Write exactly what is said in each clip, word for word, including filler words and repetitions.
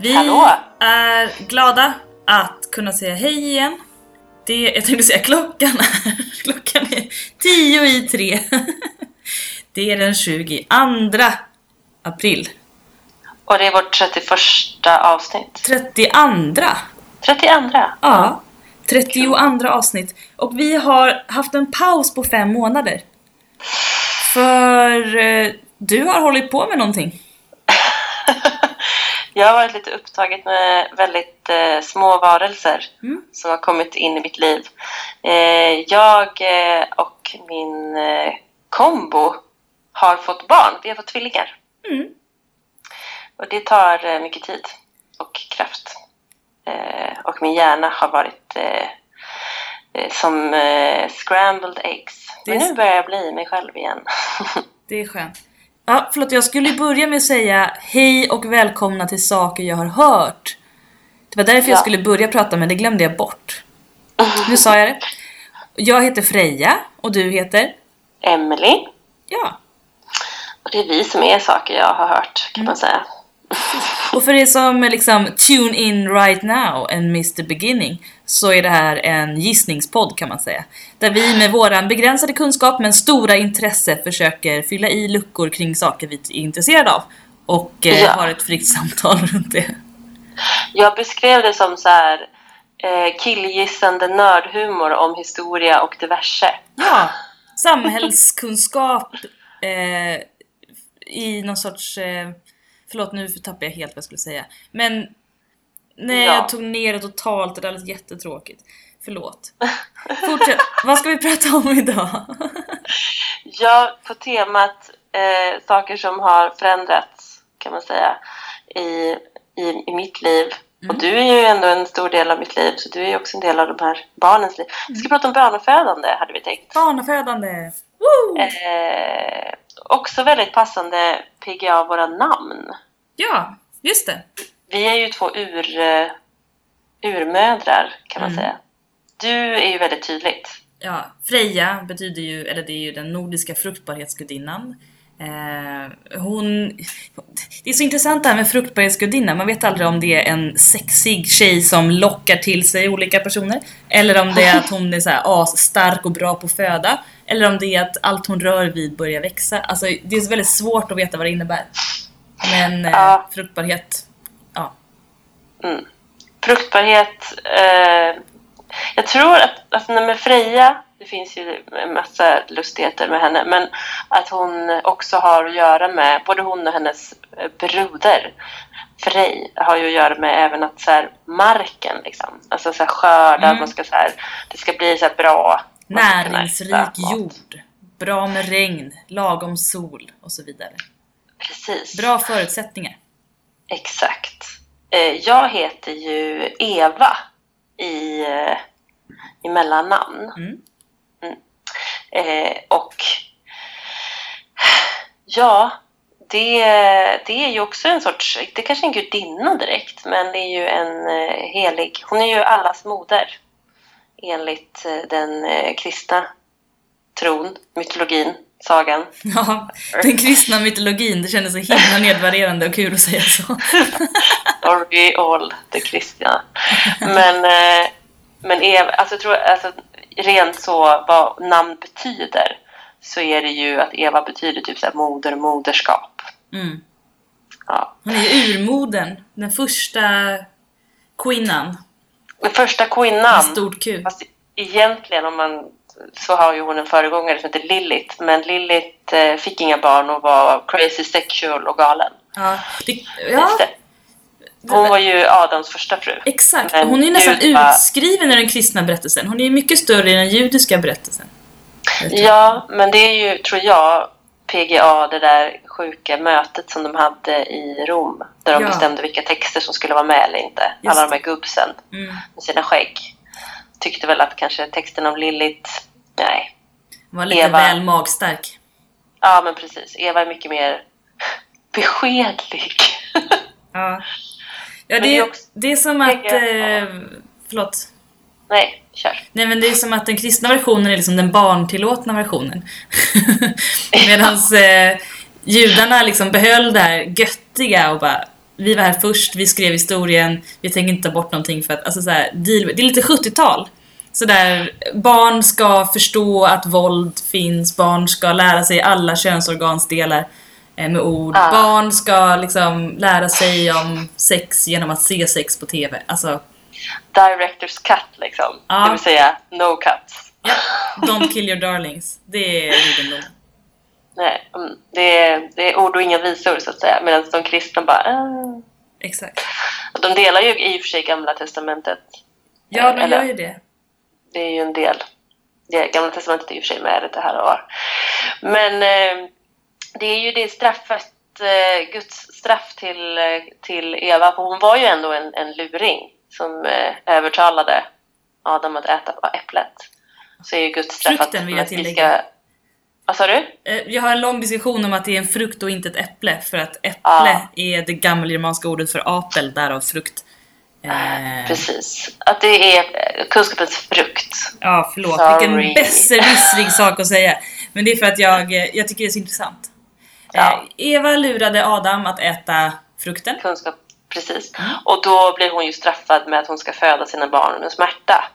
Vi Hallå. är glada att kunna säga hej igen. Det, jag tänkte säga klockan är, klockan är tio i tre. Det är den tjugoandra april. Och det är vårt trettioförsta avsnitt. trettioandra trettioandra Ja, trettioandra avsnitt. Och vi har haft en paus på fem månader. För eh, du har hållit på med någonting. Jag har varit lite upptaget med väldigt eh, små varelser Mm. som har kommit in i mitt liv. Eh, jag eh, och min eh, kombo har fått barn. Vi har fått tvillingar. Mm. Och det tar eh, mycket tid och kraft. Eh, och min hjärna har varit eh, eh, som eh, scrambled eggs. Det Men är- nu börjar jag bli mig själv igen. Det är skönt. Ja, förlåt, jag skulle börja med att säga hej och välkomna till saker jag har hört. Det var därför Ja. jag skulle börja prata, men det glömde jag bort. Nu sa jag det. Jag heter Freja och du heter? Emily. Ja. Och det är vi som är saker jag har hört, kan man säga. Och för er som liksom tune in right now and miss the beginning, så är det här en gissningspodd, kan man säga. Där vi med våran begränsade kunskap men stora intresse försöker fylla i luckor kring saker vi är intresserade av. Och eh, Ja. har ett fritt samtal runt det. Jag beskrev det som så här eh, killgissande nördhumor om historia och diverse. Ja, samhällskunskap eh, i någon sorts... Eh, förlåt, nu tappar jag helt vad jag skulle säga. Men nej, Ja. jag tog ner det totalt och det är alldeles jättetråkigt. Förlåt. Fortsätt. Vad ska vi prata om idag? Ja, på temat eh, saker som har förändrats, kan man säga, i, i, i mitt liv. Och du är ju ändå en stor del av mitt liv, så du är ju också en del av de här barnens liv. Vi ska prata om barnafödande, hade vi tänkt. Barnafödande. Woo! Eh, också väldigt passande P G A våra namn. Ja, just det. Vi är ju två ur, uh, urmödrar, kan man Mm. säga. Du är ju väldigt tydligt. Ja, Freja betyder ju, eller det är ju den nordiska fruktbarhetsgudinnan. Eh, hon... Det är så intressant det här med fruktbarhetsgudinna. Man vet aldrig om det är en sexig tjej som lockar till sig olika personer, eller om det är att hon är så här as stark och bra på föda, eller om det är att allt hon rör vid börjar växa. Alltså det är väldigt svårt att veta vad det innebär. Men eh, Ja. fruktbarhet, ja. Mm. Fruktbarhet. Eh, jag tror att alltså, med Freja, det finns ju en massa lustigheter med henne, men att hon också har att göra med, både hon och hennes eh, broder Frej har ju att göra med även att så här, marken liksom, alltså så här, skörda, Mm. man ska så här, det ska bli så här bra, man ska kunna Näringsrik äta mat. jord, bra med regn, lagom sol och så vidare. Precis. Bra förutsättningar. Exakt. Eh, jag heter ju Eva i, eh, i mellannamn. Mm. Eh, och ja, det, det är ju också en sorts, det är kanske en gudinna direkt, men det är ju en eh, helig, hon är ju allas moder enligt eh, den eh, kristna tron, mytologin, sagan. Ja, den kristna mytologin, det kändes så himla nedvärderande och kul att säga så. Are we all the kristna? Men, eh, men Eva, alltså, jag tror, alltså, rent så vad namn betyder, så är det ju att Eva betyder typ så här moder, moderskap. Mm. Ja. Hon är ju urmoden, den första kvinnan Den första med kvinnan, stort kul. fast egentligen om man, så har ju hon en föregångare som heter Lilith, men Lilith eh, fick inga barn och var crazy sexual och galen. Ja, det, Just ja det. Hon var ju Adams första fru. exakt. Men Hon är ju nästan Gud var- utskriven i den kristna berättelsen. Hon är ju mycket större i den judiska berättelsen. Ja, men det är ju, tror jag, P G A, det där sjuka mötet som de hade i Rom. Där de Ja. bestämde vilka texter som skulle vara med eller inte. Just Alla de här gubbsen Mm. med sina skägg. Tyckte väl att kanske texten om Lilith, nej. Hon var lite Eva. väl magstark. Ja, men precis. Eva är mycket mer beskedlig. Ja, ja Men det det, är är, också- det är som att... tänker- Eh, förlåt. Nej, kör. Nej, men det är som att den kristna versionen är liksom den barntillåtna versionen. Medan eh, judarna liksom behöll det här göttiga och bara vi var här först, vi skrev historien, vi tänker inte ta bort någonting för att, alltså så här, det är lite sjuttiotal. Så där barn ska förstå att våld finns, barn ska lära sig alla könsorgansdelar med ord. Ah. Barn ska liksom lära sig om sex genom att se sex på tv. Alltså director's cut liksom. Ah. Det vill säga no cuts. Yeah. Don't kill your darlings. Det är judendom. Nej, det är, det är ord och inga visor så att säga. Medan de kristna bara äh. Exakt. Och de delar ju i och för sig Gamla testamentet. Ja, de Eller, gör ju det. Det är ju en del. Det Gamla testamentet är i och för sig med det här och var. Men eh, det är ju det straffet, eh, Guds straff till, till Eva. För hon var ju ändå en, en luring som eh, övertalade Adam att äta på äpplet. Så är ju Guds straff Frukten att vill jag tillägga. Ska... Vad sa du? Jag har en lång diskussion om att det är en frukt och inte ett äpple. För att äpple ah. är det gammalgermanska ordet för apel, därav frukt. Eh... Precis. Att det är kunskapens frukt. Ja, förlåt. Sorry. Vilken besserwissrig sak att säga. Men det är för att jag, jag tycker det är så intressant. Ja. Eh, Eva lurade Adam att äta frukten. Kunskap, precis. Mm. Och då blir hon ju straffad med att hon ska föda sina barn med smärta.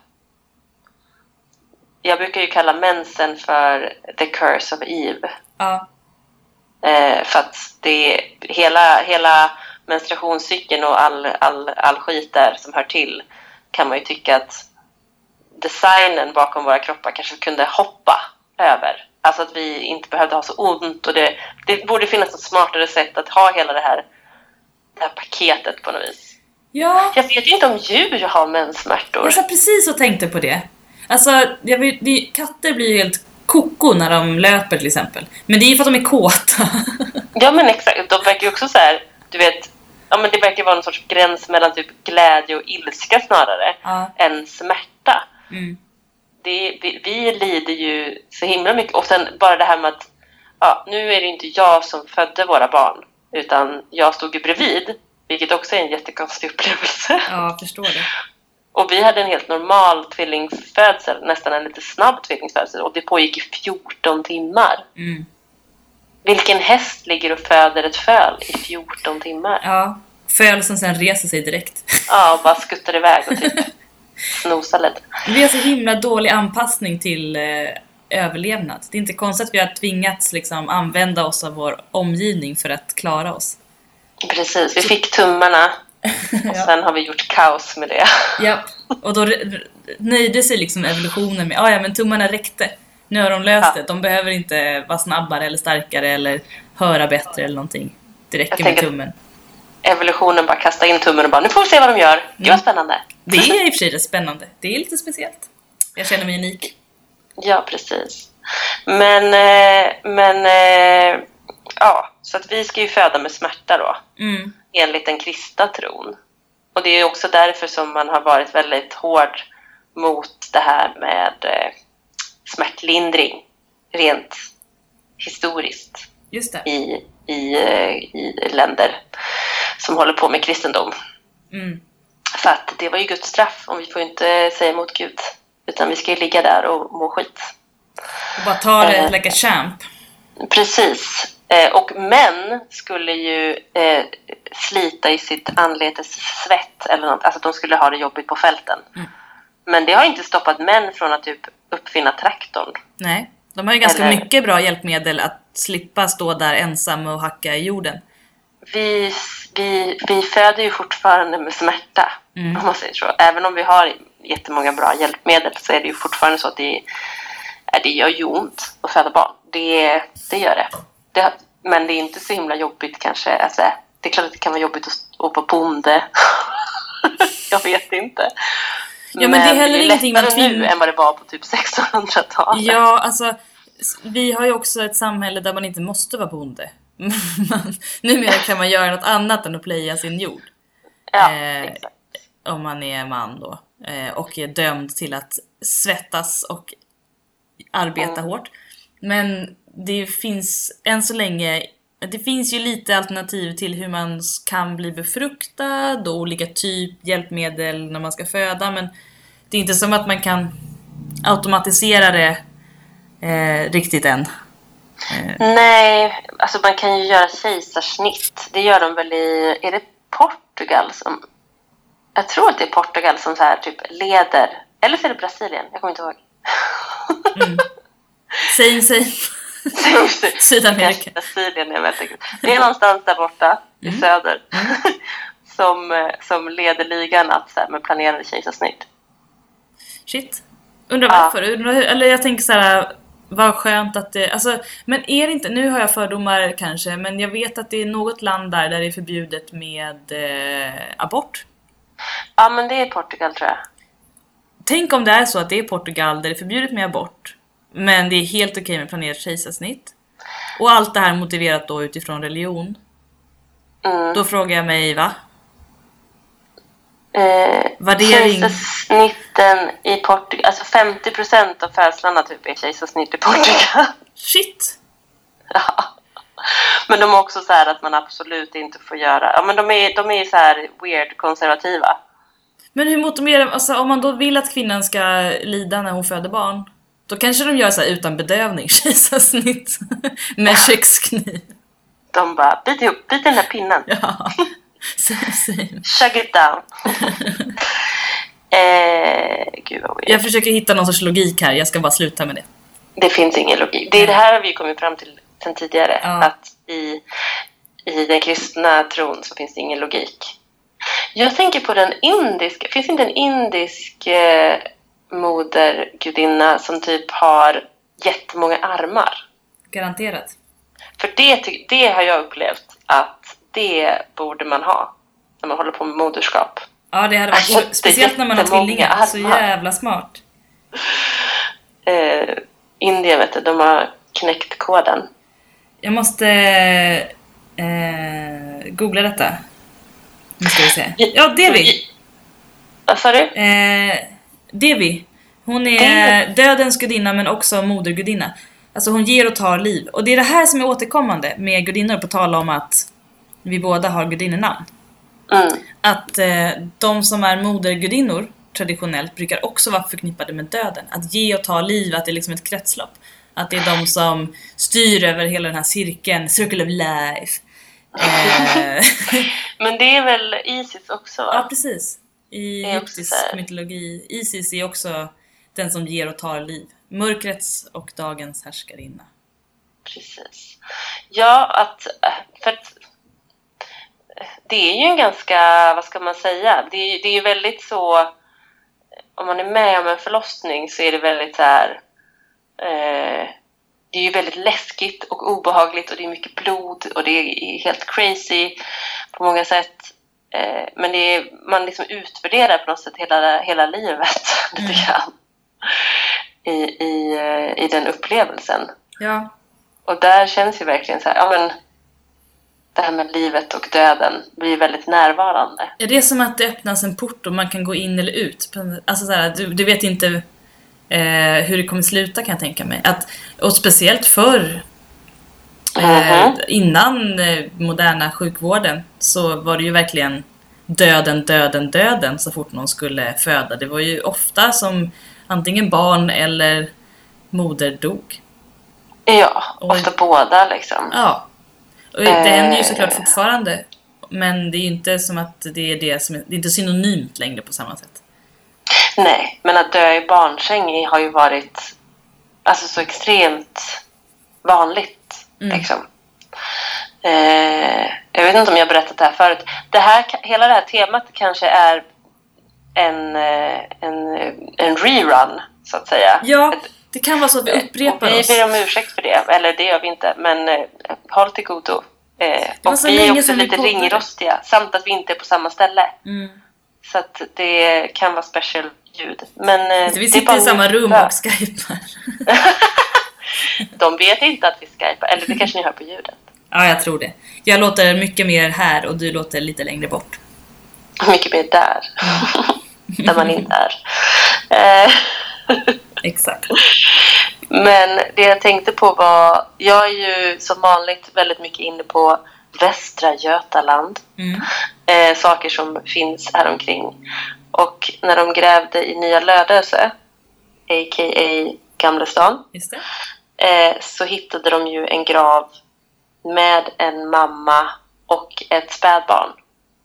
Jag brukar ju kalla mensen för the curse of Eve. Ja. Eh, för att det är hela, hela menstruationscykeln och all, all, all skit där som hör till, kan man ju tycka att designen bakom våra kroppar kanske kunde hoppa över. Alltså att vi inte behövde ha så ont. Och det, det borde finnas ett smartare sätt att ha hela det här, det här paketet på något vis. Ja. Jag vet ju inte om djur har menssmärtor. Jag sa precis och tänkte på det. Alltså, jag vet, det, katter blir ju helt koko när de löper till exempel. Men det är ju för att de är kåta. Ja, men exakt. De verkar ju också så här, du vet, ja, men det verkar vara en sorts gräns mellan typ glädje och ilska snarare ja. än smärta. Mm. Det, vi, vi lider ju så himla mycket. Och sen bara det här med att ja, nu är det inte jag som födde våra barn, utan jag stod ju bredvid, vilket också är en jättekonstig upplevelse. Ja, jag förstår det. Och vi hade en helt normal tvillingfödsel, nästan en lite snabb tvillingfödsel. Och det pågick i fjorton timmar. Mm. Vilken häst ligger och föder ett föl i fjorton timmar? Ja, föl som sen reser sig direkt. Ja, och bara skuttar iväg och typ snosar lite. Vi har så himla dålig anpassning till eh, överlevnad. Det är inte konstigt att vi har tvingats liksom, använda oss av vår omgivning för att klara oss. Precis, vi fick tummarna. Och ja. Sen har vi gjort kaos med det. Ja, och då nöjde sig liksom evolutionen med, ah, ja men tummarna räckte. Nu har de löst ja. det, de behöver inte vara snabbare eller starkare eller höra bättre eller någonting. Det räcker med tummen. Evolutionen bara kastar in tummen och bara, nu får vi se vad de gör. Det var spännande. Det är i och för sig spännande, det är lite speciellt. Jag känner mig unik. Ja, precis. Men, men ja, så att vi ska ju föda med smärta då. Mm. Enligt den kristna tron. Och det är också därför som man har varit väldigt hård mot det här med eh, smärtlindring rent historiskt. Just det. I, i, i länder som håller på med kristendom. Mm. För att det var ju Guds straff, om vi får inte säga emot Gud, utan vi ska ju ligga där och må skit. Och bara ta det eh, like a champ. Precis. Eh, och män skulle ju eh, slita i sitt anletes svett eller något. Alltså de skulle ha det jobbigt på fälten. Mm. Men det har inte stoppat män från att typ uppfinna traktorn. Nej, de har ju ganska eller... mycket bra hjälpmedel att slippa stå där ensam och hacka i jorden. Vi, vi, vi föder ju fortfarande med smärta, mm. om man säger så. Även om vi har jättemånga bra hjälpmedel så är det ju fortfarande så att det, det gör ju ont att föda barn. Det, det gör det. Det, men det är inte så himla jobbigt kanske. Alltså, det är klart att det kan vara jobbigt att, att vara bonde. Jag vet inte. Ja, men, men det är heller det är ingenting man lättare nu än vad det var på typ sextonhundratalet. Ja, alltså vi har ju också ett samhälle där man inte måste vara bonde. man, numera kan man göra något annat än att plöja sin jord. Ja, eh, exakt. Om man är man då. Eh, och är dömd till att svettas och arbeta mm. hårt. Men det finns än så länge, det finns ju lite alternativ till hur man kan bli befruktad och olika typ hjälpmedel när man ska föda, men det är inte som att man kan automatisera det eh, riktigt än. Eh. Nej, alltså man kan ju göra kejsarsnitt. Det gör de väl i, är det Portugal som... Jag tror att det är Portugal som så här typ leder. Eller så är det Brasilien, jag kommer inte ihåg. Mm. Same, same. Sydamerika. Brasilien är väldigt... Det är någonstans där borta, i mm. söder. Mm. som, som leder ligan att, så här, med planerade kejsarsnitt. Shit. Undrar varför? Ja. Undrar, eller jag tänker så här... Vad skönt att det... Alltså, men är det inte... Nu har jag fördomar kanske. Men jag vet att det är något land där där det är förbjudet med eh, abort. Ja, men det är Portugal tror jag. Tänk om det är så att det är Portugal där det är förbjudet med abort. Men det är helt okej med planerat kejsarsnitt. Och allt det här motiverat då utifrån religion. Mm. Då frågar jag mig, va? Eh, Värdering... Kejsarsnitten i Portugal... Alltså femtio procent av födslarna typ är kejsarsnitt i Portugal. Shit! Ja. Men de är också så här att man absolut inte får göra... Ja, men de är, de är så här weird konservativa. Men hur motiverar... Alltså om man då vill att kvinnan ska lida när hon föder barn, då kanske de gör så här utan bedövning, kejsarsnitt med kökskniv. De bara, bit ihop, bit den där pinnen. Ja, same, same. Shug it down. eh, gud vad weird. Jag försöker hitta någon sorts logik här, jag ska bara sluta med det. Det finns ingen logik. Det är det här har vi kommit fram till sen tidigare. Ja. Att i, i den kristna tron så finns det ingen logik. Jag tänker på den indiska. Finns inte en indisk eh, modergudinna som typ har jättemånga armar? Garanterat. För det, det har jag upplevt att det borde man ha när man håller på med moderskap. Ja, det hade varit alltså, speciellt när man har tvillingar. Armar. Så jävla smart. Eh, Indien, vet du, de har knäckt koden. Jag måste eh, googla detta. Nu ska vi se. Ja, Devi. Vad sa du? Eh, Devi. Hon är Devi. Dödens gudinna men också modergudinna. Alltså hon ger och tar liv. Och det är det här som är återkommande med gudinnor, på tal om att vi båda har gudinnenamn. Mm. Att eh, de som är modergudinnor traditionellt brukar också vara förknippade med döden. Att ge och ta liv, att det är liksom ett kretslopp. Att det är de som styr över hela den här cirkeln, circle of life. Eh. Men det är väl Isis också, va? Ja, precis. I egyptisk mytologi. Isis är också den som ger och tar liv. Mörkrets och dagens härskarinna. Precis. Ja, att... För att det är ju en ganska... Vad ska man säga? Det är, det är ju väldigt så... Om man är med om en förlossning så är det väldigt så här... Eh, det är ju väldigt läskigt och obehagligt och det är mycket blod och det är helt crazy på många sätt. Eh, men det är, man liksom utvärderar på något sätt hela, hela livet lite grann i, i, i den upplevelsen. Ja. Och där känns ju verkligen så här, ja men det här med livet och döden blir väldigt närvarande. Ja, det är som att det öppnas en port och man kan gå in eller ut. Alltså så här, du, du vet inte... Eh, hur det kommer sluta, kan jag tänka mig. Att, och speciellt förr eh, mm-hmm. innan eh, moderna sjukvården så var det ju verkligen döden, döden, döden så fort någon skulle föda. Det var ju ofta som antingen barn eller moder dog. Ja, och, ofta båda liksom. Ja, och det eh. händer ju såklart fortfarande. Men det är ju inte som att det är det som är, det är inte synonymt längre på samma sätt. Nej, men att dö i barnsäng har ju varit alltså så extremt vanligt. Mm. Liksom. Eh, jag vet inte om jag har berättat det här förut. Det här, hela det här temat kanske är en, en, en rerun, så att säga. Ja, det kan vara så att vi upprepar vi oss. Vi ber om ursäkt för det, eller det gör vi inte. Men eh, håll till godo. Eh, och vi är också lite ringrostiga, samt att vi inte är på samma ställe. Mm. Så att det kan vara special ljud. Men så vi sitter i samma rum och skypar. De vet inte att vi skypar. Eller det kanske ni hör på ljudet. Ja, jag tror det. Jag låter mycket mer här och du låter lite längre bort. Mycket mer där. Där man inte är. Exakt. Men det jag tänkte på var... Jag är ju som vanligt väldigt mycket inne på Västra Götaland. Mm. Eh, saker som finns här omkring. Och när de grävde i Nya Lödöse, a k a Gamla stan, just det. Eh, så hittade de ju en grav med en mamma och ett spädbarn.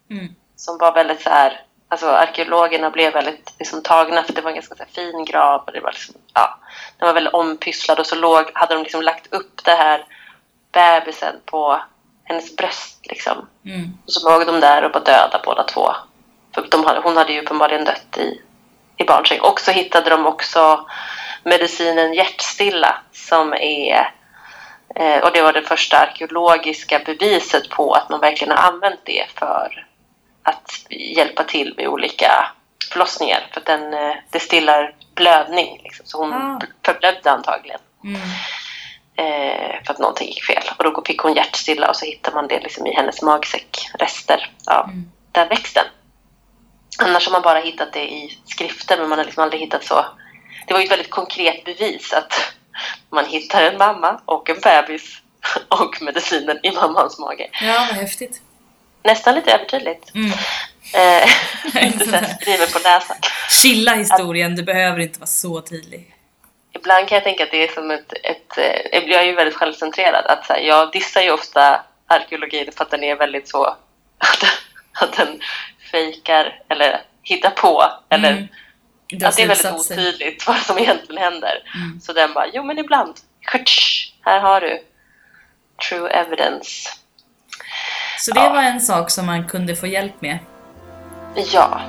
Mm. Som var väldigt så här, alltså arkeologerna blev väldigt liksom tagna för det var en ganska så här, fin grav och det var liksom, ja, den var väldigt ompysslad och så låg, hade de liksom lagt upp det här bebisen på hennes bröst liksom. Mm. Och så låg de där och var döda båda två. För de hade, hon hade ju uppenbarligen dött i, i barnsäng. Och så hittade de också medicinen hjärtstilla som är, eh, och det var det första arkeologiska beviset på att man verkligen har använt det för att hjälpa till vid olika förlossningar. För att den, eh, det stillar blödning liksom. Så hon ah. förblödde antagligen. Mm. Eh, för att någonting gick fel. Och då fick hon hjärtstilla och så hittar man det liksom i hennes magsäck. Rester av mm. den växten. Annars har man bara hittat det i skrifter men man har liksom aldrig hittat så. Det var ju ett väldigt konkret bevis att man hittar en mamma och en bebis och medicinen i mammans mage. Ja, vad häftigt. Nästan lite övertydligt. Mm. Eh, inte så här skriven på näsan. Chilla historien, att, du behöver inte vara så tydlig. Ibland kan jag tänka att det är som ett... ett jag är ju väldigt självcentrerad. Att så här, jag dissar ju ofta arkeologin för att den är väldigt så... Att, att den fejkar eller hittar på. Eller mm. att det är väldigt otydligt vad som egentligen händer. Mm. Så den bara, jo men ibland. Här har du true evidence. Så det ja. var en sak som man kunde få hjälp med? Ja.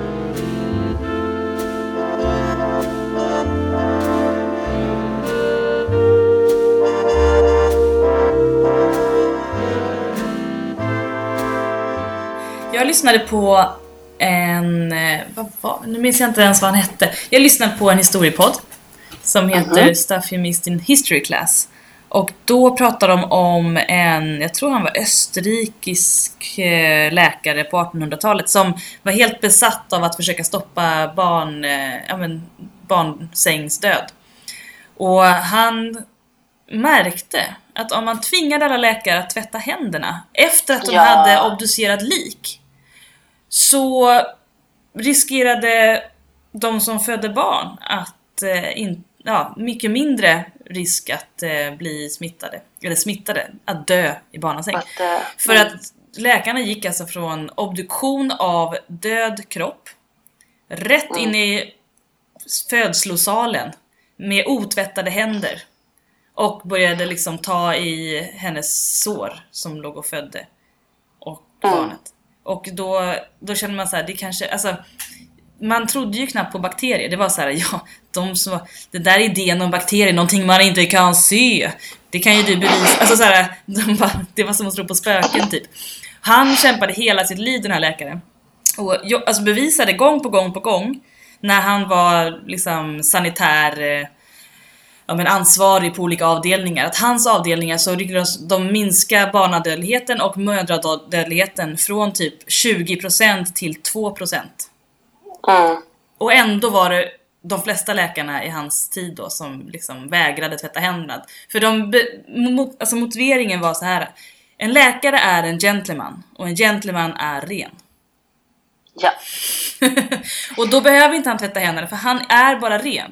Jag lyssnade på en... Vad var, nu minns jag inte ens vad han hette. Jag lyssnade på en historiepodd som heter mm-hmm. Stuff You Missed in History Class. Och då pratar de om en, jag tror han var österrikisk läkare på artonhundratalet som var helt besatt av att försöka stoppa barn, ja men, barnsängsdöd. Och han märkte att om man tvingade alla läkare att tvätta händerna efter att de ja. hade obducerat lik, så riskerade de som födde barn att eh, in, ja, mycket mindre risk att eh, bli smittade, eller smittade, att dö i barnasäng. Att, uh, För mm. att läkarna gick alltså från obduktion av död kropp rätt mm. in i födslosalen med otvättade händer och började liksom ta i hennes sår som låg och födde och mm. barnet. Och då, då kände man så här, det kanske, alltså man trodde ju knappt på bakterier. Det var så här, ja, de som, det där idén om bakterier, någonting man inte kan se. Det kan ju du bevisa. Alltså så här, de bara, det var som att tro på spöken typ. Han kämpade hela sitt liv, den här läkaren. Och jag, alltså bevisade gång på gång på gång när han var liksom sanitär, ja, men ansvarig på olika avdelningar, att hans avdelningar så lyckades de minska barnadödligheten och mödradödligheten från typ tjugo procent till två procent. Mm. Och ändå var det de flesta läkarna i hans tid då som liksom vägrade tvätta händerna. För de, mot, alltså motiveringen var så här: en läkare är en gentleman och en gentleman är ren. Ja. Och då behöver inte han tvätta händerna för han är bara ren.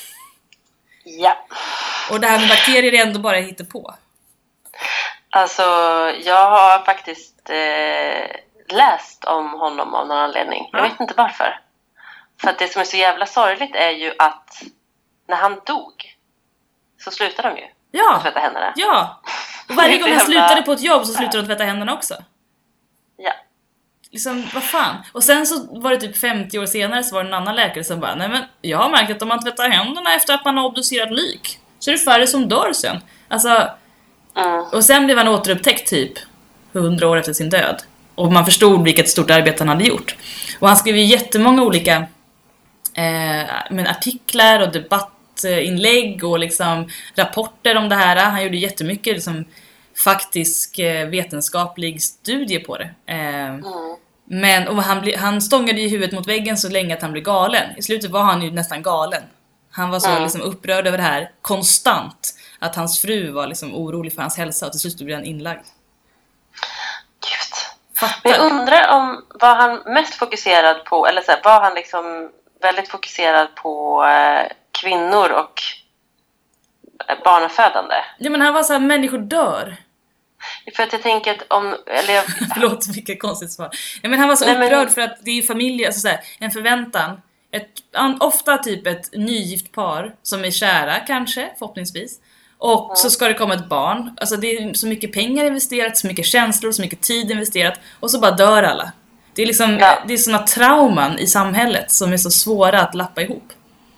Ja. Och det här med bakterier är ändå bara hittepå. Alltså, jag har faktiskt eh, läst om honom av någon anledning. Jag vet inte varför. För att det som är så jävla sorgligt är ju att när han dog så slutade de ju ja. att tvätta händerna. Ja, och varje gång han slutade på ett jobb så slutade de tvätta händerna också. Ja. Liksom, vad fan? Och sen så var det typ femtio år senare så var det en annan läkare som bara, nej men jag har märkt att om man tvättar händerna efter att man har obducerat lik så är det färre som dör sen. Alltså, mm. och sen blev han återupptäckt typ hundra år efter sin död. Och man förstod vilket stort arbete han hade gjort. Och han skrev ju jättemånga olika eh, men artiklar och debattinlägg och liksom rapporter om det här. Han gjorde jättemycket liksom faktisk eh, vetenskaplig studie på det. Eh, mm. Men och han, ble, han stångade ju huvudet mot väggen så länge att han blev galen. I slutet var han ju nästan galen. Han var så mm. liksom upprörd över det här konstant. Att hans fru var liksom orolig för hans hälsa och till slut blev han inlagd. Gud. Fattar. Men jag undrar om var han mest fokuserad på, eller så här, var han liksom väldigt fokuserad på eh, kvinnor och barnafödande? Ja, men han var så här, människor dör. För att jag tänker att om... Eller jag... Förlåt, vilket konstigt svar. Ja, men han var så Nej, upprörd men... för att det är ju familj, alltså så här, en förväntan. Ett, ofta typ ett nygift par som är kära kanske, förhoppningsvis. Och mm. så ska det komma ett barn. Alltså det är så mycket pengar investerat, så mycket känslor, så mycket tid investerat. Och så bara dör alla. Det är liksom, ja. det är såna trauman i samhället som är så svåra att lappa ihop.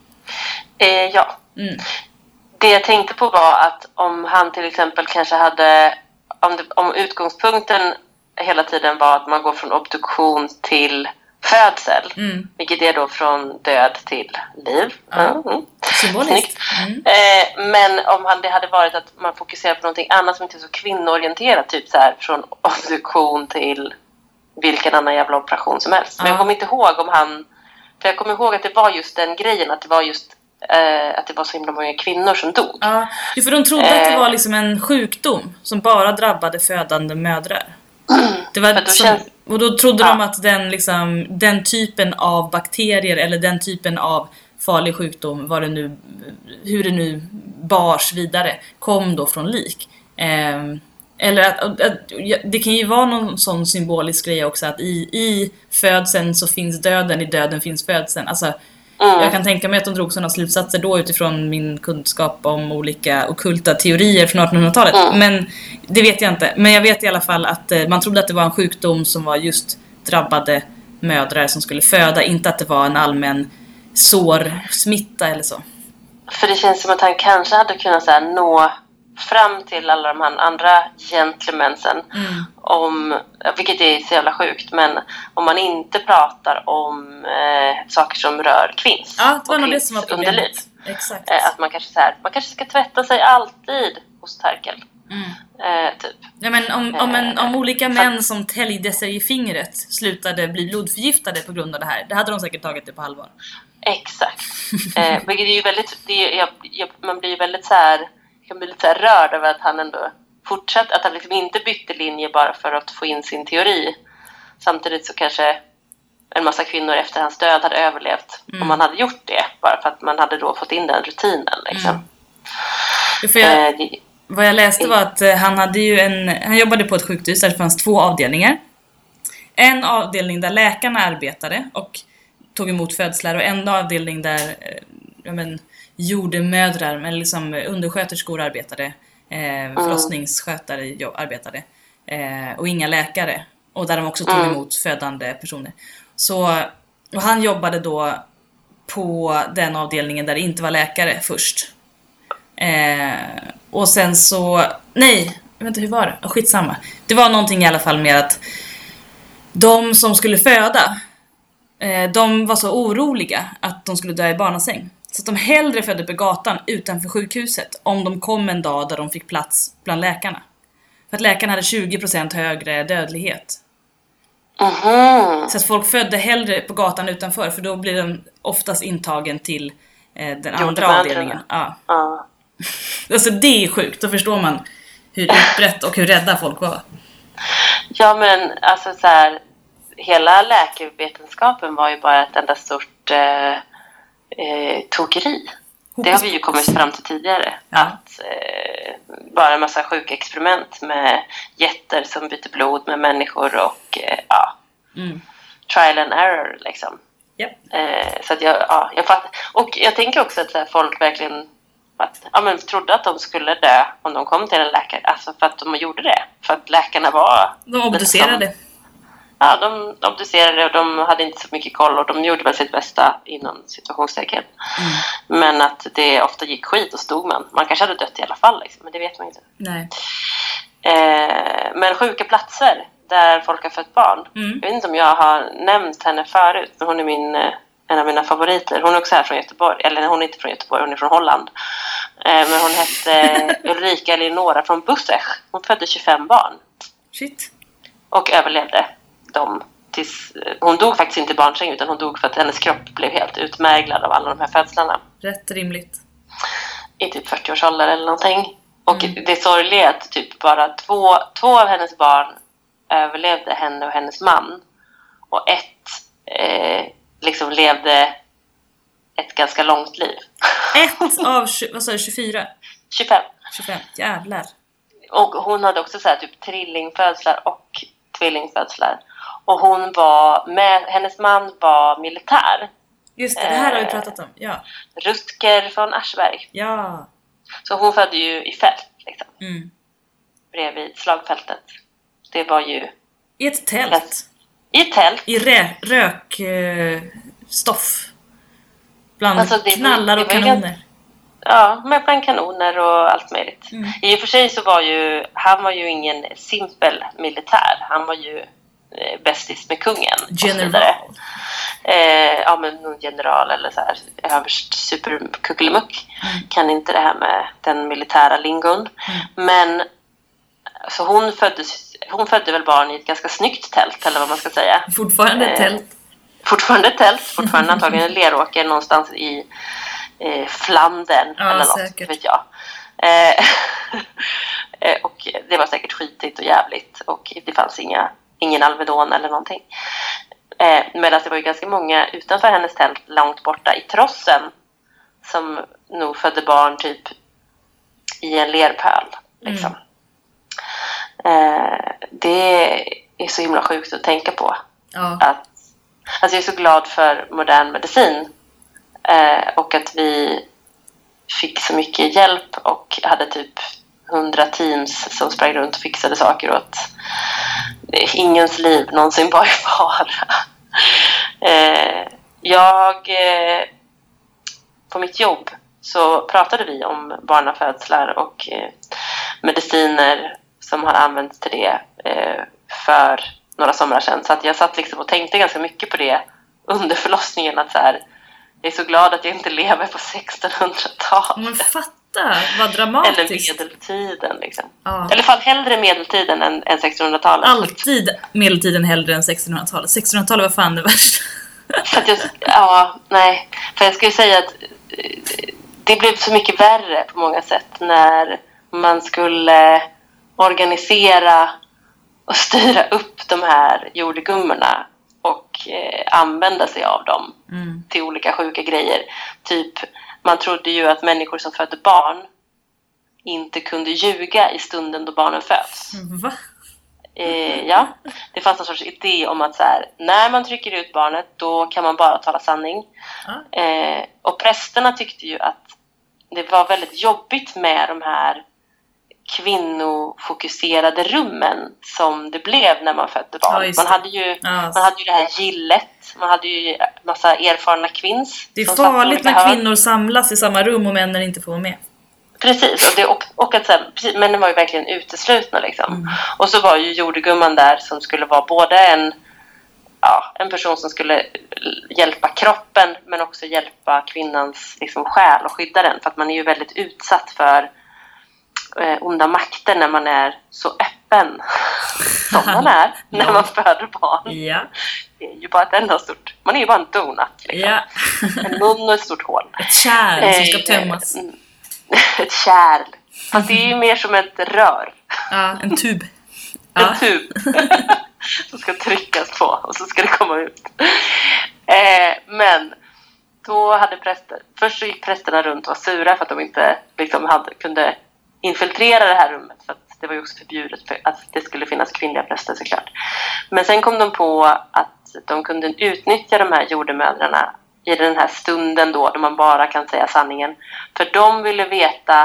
Eh, ja. Mm. Det jag tänkte på var att om han till exempel kanske hade... Om, det, om utgångspunkten hela tiden var att man går från obduktion till födsel. Mm. Vilket är då från död till liv. Ja. Mm. Symboliskt. Mm. Eh, men om han, det hade varit att man fokuserar på någonting annat som inte är så kvinnoorienterat. Typ så här från obduktion till vilken annan jävla operation som helst. Ja. Men jag kommer inte ihåg om han... För jag kommer ihåg att det var just den grejen. Att det var just... Uh, att det var så himla många kvinnor som dog. Ja, för de trodde uh, att det var liksom en sjukdom som bara drabbade födande mödrar. Det var då som, känns, och då trodde ja. de att den, liksom, den typen av bakterier eller den typen av farlig sjukdom, vad det nu, hur det nu bars vidare, kom då från lik. Um, eller att, att, att det kan ju vara någon sån symbolisk grej också, att i, i födseln så finns döden, i döden finns födseln. Alltså Mm. Jag kan tänka mig att de drog sådana slutsatser då utifrån min kunskap om olika ockulta teorier från artonhundratalet. Mm. Men det vet jag inte. Men jag vet i alla fall att man trodde att det var en sjukdom som var just drabbade mödrar som skulle föda. Inte att det var en allmän sårsmitta eller så. För det känns som att han kanske hade kunnat så här, nå fram till alla de här andra gentlemensen. Mm. Om, vilket är så jävla sjukt, men om man inte pratar om eh, saker som rör kvinns ja, det var nog det som var problemet. Exakt. Eh, att man kanske, så här, man kanske ska tvätta sig alltid hos Terkel. Mm. Eh, typ. Ja, men om, om, en, om olika eh, män som täljde sig i fingret slutade bli blodförgiftade på grund av det här, det hade de säkert tagit det på allvar. Exakt. eh, vilket är ju väldigt, det är, jag, jag, man blir ju väldigt så här, jag kan bli lite så här rörd över att han ändå fortsatt, att han liksom inte bytte linje bara för att få in sin teori. Samtidigt så kanske en massa kvinnor efter hans död hade överlevt mm. om man hade gjort det. Bara för att man hade då fått in den rutinen. Liksom. Mm. För jag, eh, det, vad jag läste var att han hade ju en, han jobbade på ett sjukhus där det fanns två avdelningar. En avdelning där läkarna arbetade och tog emot födslar, och en avdelning där ja, men, jordemödrar, eller liksom undersköterskor arbetade. Eh, förlossningsskötare mm. arbetade eh, och inga läkare, och där de också tog emot mm. födande personer. Så, och han jobbade då på den avdelningen där det inte var läkare först. Eh, och sen så nej, jag vet inte hur var det. Oh, skitsamma. Det var någonting i alla fall med att de som skulle föda eh, de var så oroliga att de skulle dö i barnasäng. Så att de hellre födde på gatan utanför sjukhuset om de kom en dag där de fick plats bland läkarna. För att läkarna hade tjugo procent högre dödlighet. Mm-hmm. Så att folk födde hellre på gatan utanför, för då blir de oftast intagen till eh, den andra avdelningen. Ja. Uh. Alltså det är sjukt, då förstår man hur utbrett och hur rädda folk var. Ja, men alltså så här, hela läkarvetenskapen var ju bara ett enda stort... Eh... Eh, tokeri. Det har vi ju kommit fram till tidigare. Ja. Att eh, bara en massa sjuka experiment med jätter som byter blod med människor och eh, ja, mm. trial and error liksom. Yep. Eh, så att jag, ja, jag fattar. Och jag tänker också att så här, folk verkligen att, ja, men, trodde att de skulle dö om de kom till en läkare. Alltså för att de gjorde det. För att läkarna var... De obducerade. Liksom, ja, de obducerade och de hade inte så mycket koll, och de gjorde väl sitt bästa inom situationstecken. Mm. Men att det ofta gick skit och stod man. Man kanske hade dött i alla fall, liksom, men det vet man inte. Nej. Eh, men sjuka platser där folk har fött barn. Mm. Jag vet inte om jag har nämnt henne förut, men hon är min, en av mina favoriter. Hon är också här från Göteborg, eller hon är inte från Göteborg, hon är från Holland. Eh, men hon hette Ulrika Eleonora från Bussech. Hon födde tjugofem barn. Shit. Och överlevde. De, tills, hon dog faktiskt inte i barnsäng, utan hon dog för att hennes kropp blev helt utmärglad av alla de här födslarna. Rätt rimligt. I typ fyrtio-årsåldern eller någonting. Och mm. det sorgliga är att typ bara två, två av hennes barn överlevde henne och hennes man. Och ett eh, liksom levde ett ganska långt liv. Ett av, vad sa du, tjugofyra? tjugofem. tjugofem, jävlar. och hon hade också så här typ trillingfödslar och tvillingfödslar. Och hon var med, hennes man var militär. Just det, det här har vi pratat om. Ja. Rutger von Aschberg. Ja. Så hon födde ju i fält liksom. Mm. Bredvid slagfältet. Det var ju i ett tält. I ett tält. I rö- rök eh, stoff. Bland alltså det, knallar och det kanoner. Ganska, ja, med bland kanoner och allt möjligt. Mm. I och för sig så var ju han var ju ingen simpel militär. Han var ju eh, bästis med kungen. General. Eh, ja, men någon general eller så här överst superkuckelimuck. Mm. Kan inte det här med den militära lingon. Mm. Men så hon föddes, hon födde väl barn i ett ganska snyggt tält eller vad man ska säga. Fortfarande ett tält. Eh, fortfarande ett tält, fortfarande antagligen en leråker någonstans i eh, Flandern ja, eller säkert. något, vet jag. Eh, och det var säkert skitigt och jävligt och det fanns inga, ingen Alvedon eller någonting. Eh, medan det var ju ganska många utanför hennes tält långt borta i trossen som nog födde barn typ i en lerpöl liksom. Mm. Eh, det är så himla sjukt att tänka på. Ja. Att, alltså jag är så glad för modern medicin eh, och att vi fick så mycket hjälp och hade typ hundra teams som sprang runt och fixade saker åt ingens liv någonsin var i fara. eh, jag eh, på mitt jobb så pratade vi om barnafödslar och eh, mediciner som har använts till det eh, för några somrar sedan. Så att jag satt liksom och tänkte ganska mycket på det under förlossningen. Att så här, jag är så glad att jag inte lever på sextonhundratalet. Men fatta, vad dramatiskt. Eller medeltiden liksom. Ja. Eller i alla fall hellre medeltiden än, än sextonhundratalet. Alltid medeltiden hellre än sextonhundratalet. sextonhundratalet var fan det värsta. För att jag, ja, nej. För jag skulle säga att det blev så mycket värre på många sätt när man skulle organisera och styra upp de här jordgummorna och eh, använda sig av dem mm. till olika sjuka grejer. Typ, man trodde ju att människor som födde barn inte kunde ljuga i stunden då barnen föds. Va? Eh, ja, det fanns en sorts idé om att så här, när man trycker ut barnet då kan man bara tala sanning. Ah. Eh, och prästerna tyckte ju att det var väldigt jobbigt med de här kvinnofokuserade rummen som det blev när man födde barn. Ja, man hade ju ja. man hade ju det här gillet, man hade ju massa erfarna kvinns. Det är farligt när kvinnor hör. samlas i samma rum och männen inte får vara med. Precis, och, det, och, och att så här, männen var ju verkligen uteslutna liksom. Mm. Och så var ju jordgumman där som skulle vara både en ja, en person som skulle hjälpa kroppen men också hjälpa kvinnans liksom, själ och skydda den. För att man är ju väldigt utsatt för eh, onda makter när man är så öppen som man är när ja. man föder barn. Ja. Det är ju bara ett enda stort, man är ju bara en donut liksom. Ja. En mun och ett stort hål. Ett kärl som ska tömmas. Eh, ett kärl. Fast det är ju mer som ett rör. Ja, en tub. En Ja. tub. Som ska tryckas på och så ska det komma ut. Eh, men då hade präster, först så gick prästerna runt och var sura för att de inte liksom hade, kunde infiltrera det här rummet. För att det var ju också förbjudet för att det skulle finnas kvinnliga präster såklart. Men sen kom de på att de kunde utnyttja de här jordemödrarna i den här stunden då, då man bara kan säga sanningen. För de ville veta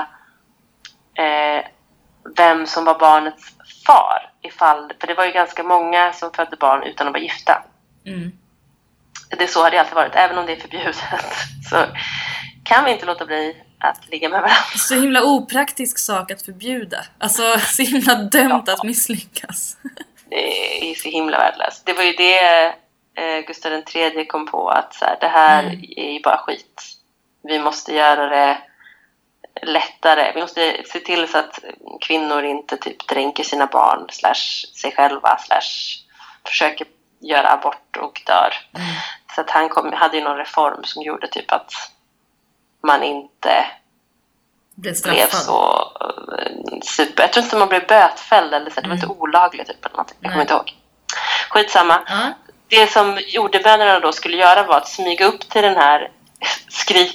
eh, vem som var barnets far. Ifall, för det var ju ganska många som födde barn utan att vara gifta. Mm. Det så har det alltid varit, även om det är förbjudet. Så kan vi inte låta bli att ligga med varandra. Så himla opraktisk sak att förbjuda. Alltså så himla dömt ja. att misslyckas. Det är så himla värdelöst. Det var ju det eh, Gustav den tredje kom på. Att så här, det här mm. är ju bara skit. Vi måste göra det lättare. Vi måste se till så att kvinnor inte typ dränker sina barn slash sig själva slash försöker göra abort och dör. Mm. Så att han kom, hade ju någon reform som gjorde typ att man inte blev, blev så uh, super. Jag tror inte man blev bötfälld eller så. Det var mm. inte olagligt typ eller någonting. Jag kommer inte ihåg. Skitsamma. Mm. Det som jordebönderna då skulle göra var att smyga upp till den här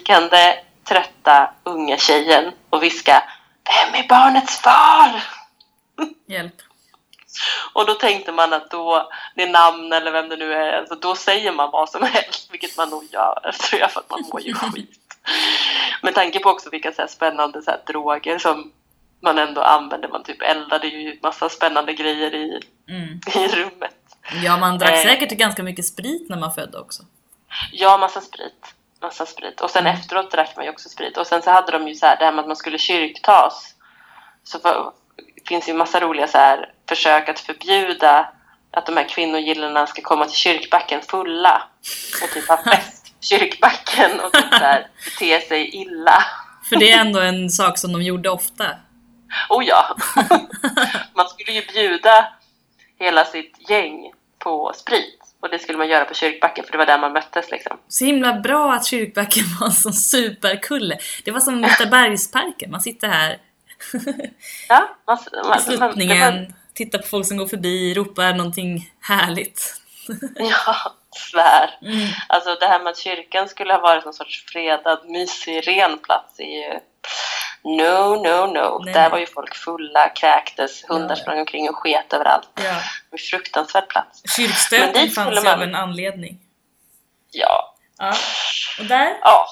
skrikande trötta unga tjejen och viska: vem är barnets far? Hjälp. Och då tänkte man att då, det är namn eller vem det nu är, alltså då säger man vad som helst, vilket man nog gör, tror jag, för att man mår ju skit. Med tanke på också vilka så här spännande så här droger som man ändå använder. Man typ eldade ju massa spännande grejer i, mm. i rummet. Ja, man drack eh, säkert ganska mycket sprit när man födde också. Ja, massa sprit. Massa sprit. Och sen mm. efteråt drack man ju också sprit. Och sen så hade de ju så här, det här med att man skulle kyrktas. Så för, finns ju massa roliga så här försök att förbjuda att de här kvinnogillarna ska komma till kyrkbacken fulla. Och typ ha fest i kyrkbacken och typ så här bete sig illa. För det är ändå en sak som de gjorde ofta. Oh ja. Man skulle ju bjuda hela sitt gäng på sprit. Och det skulle man göra på kyrkbacken, för det var där man möttes liksom. Så himla bra att kyrkbacken var en sån superkulle. Det var som Bergsparken. Man sitter här ja, man, man, i sluttningen, man, tittar på folk som går förbi, ropar någonting härligt. Ja, svär. Mm. Alltså det här med att kyrkan skulle ha varit någon sorts fredad, mysig, ren plats är ju... No, no, no. Nej. Där var ju folk fulla, kräktes, hundar ja, ja. sprang omkring och sket överallt. Ja. Det var en fruktansvärd plats. Kyrkstöten fanns ju man... av en anledning. Ja. Ja. Och där? Ja.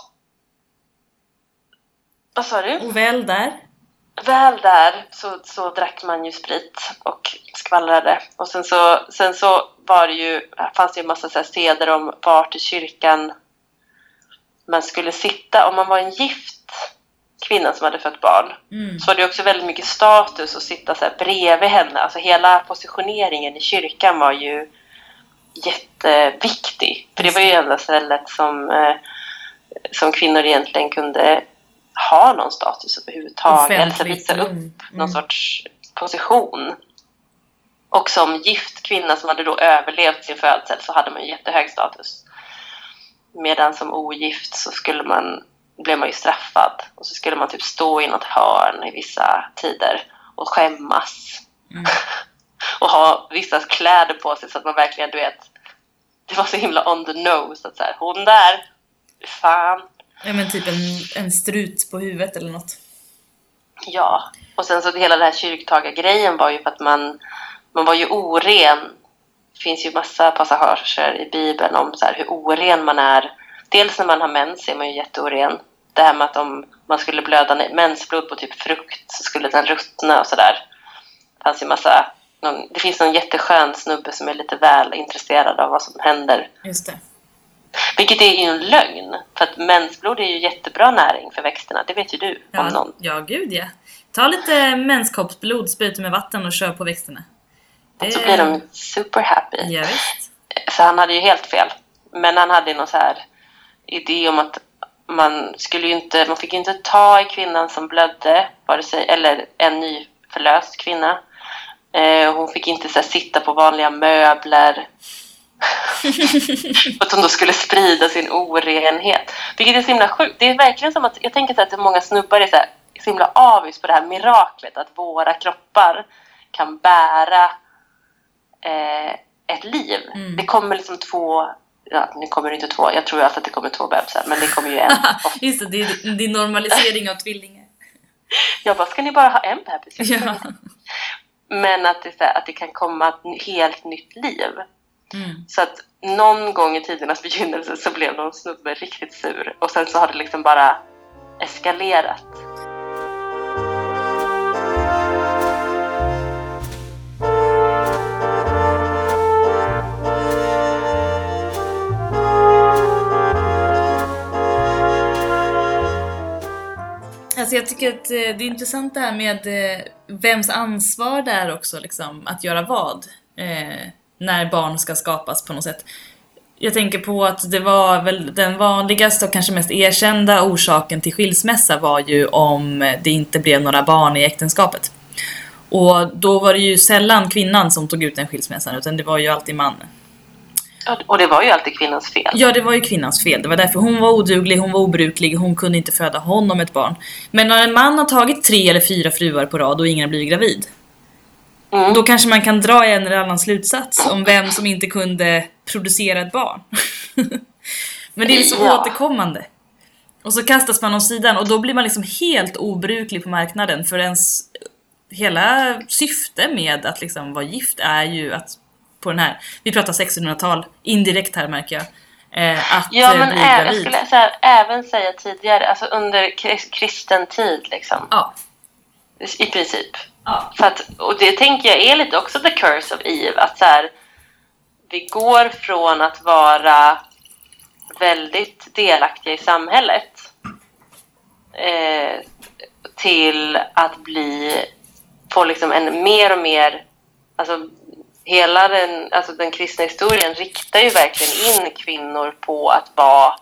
Vad sa du? Och väl där? Väl där så, så drack man ju sprit och skvallrade. Och sen så, sen så var det ju, fanns det ju en massa så här seder om vart i kyrkan man skulle sitta. Om man var en gift kvinna som hade fött barn mm. så var det också väldigt mycket status att sitta så här bredvid henne. Alltså hela positioneringen i kyrkan var ju jätteviktig. För det var ju enda stället som, eh, som kvinnor egentligen kunde ha någon status överhuvudtaget. Eller så visa upp mm. någon sorts position. Och som gift kvinna som hade då överlevt sin födsel så hade man ju jättehög status. Medan som ogift så skulle man blev man ju straffad. Och så skulle man typ stå i något hörn i vissa tider och skämmas. Mm. Och ha vissa kläder på sig så att man verkligen, du vet, det var så himla on the nose att så här, hon där, fan. Ja, men typ en, en strut på huvudet eller något. Ja, och sen så hela den här kyrktagargrejen var ju för att man, man var ju oren. Det finns ju massa passager i Bibeln om så här hur oren man är. Dels när man har mens är man ju jätteoren. Det här med att om man skulle blöda mensblod på typ frukt så skulle den ruttna och sådär. Det fanns ju massa... Någon, det finns någon jätteskön snubbe som är lite väl intresserad av vad som händer. Just det. Vilket är ju en lögn. För att mensblod är ju jättebra näring för växterna. Det vet ju du ja, om någon. Ja, gud ja. Ta lite menskoppsblod, spruta med vatten och kör på växterna. Det... Så blir de super happy. Ja, visst. Så han hade ju helt fel. Men han hade någon så här idé om att man skulle ju inte, man fick ju inte ta i kvinnan som blödde, vare sig, eller en nyförlöst kvinna. Eh, hon fick inte så här, sitta på vanliga möbler. Att hon då skulle sprida sin orenhet. Vilket är så himla sjukt. Det är verkligen som att, jag tänker så att många snubbar är så, här, så himla avis på det här miraklet att våra kroppar kan bära eh, ett liv. Mm. Det kommer liksom två... Ja, nu kommer det inte två. Jag tror att det kommer två bebisar, men det kommer ju en. Just det, det är, det är normalisering av tvillingar. Jag bara, ska ni bara ha en bebis? Ja. Men att det, att det kan komma ett helt nytt liv. Mm. Så att någon gång i tidernas begynnelse så blev någon snubbe riktigt sur. Och sen så har det liksom bara eskalerat. Alltså jag tycker att det är intressant det här med vems ansvar det är också liksom, att göra vad eh, när barn ska skapas på något sätt. Jag tänker på att det var väl den vanligaste och kanske mest erkända orsaken till skilsmässa var ju om det inte blev några barn i äktenskapet. Och då var det ju sällan kvinnan som tog ut den skilsmässan, utan det var ju alltid mannen. Och det var ju alltid kvinnans fel. Ja, det var ju kvinnans fel. Det var därför hon var oduglig, hon var obruklig, hon kunde inte föda honom ett barn. Men när en man har tagit tre eller fyra fruar på rad och ingen har blivit gravid, mm. då kanske man kan dra en eller annan slutsats om vem som inte kunde producera ett barn. Men det är så ja. återkommande. Och så kastas man åt sidan och då blir man liksom helt obruklig på marknaden, för ens hela syfte med att liksom vara gift är ju att på den här, vi pratar sextonhundratal indirekt här märker jag, eh, att ja, men bli även, gravid. skulle jag säga, även säga tidigare, alltså under kristen tid liksom. Ja. I princip. Ja. För att, och det tänker jag är lite också the curse of Eve, att så här, vi går från att vara väldigt delaktiga i samhället eh, till att bli, få liksom en mer och mer, alltså hela den, alltså den kristna historien riktar ju verkligen in kvinnor på att vara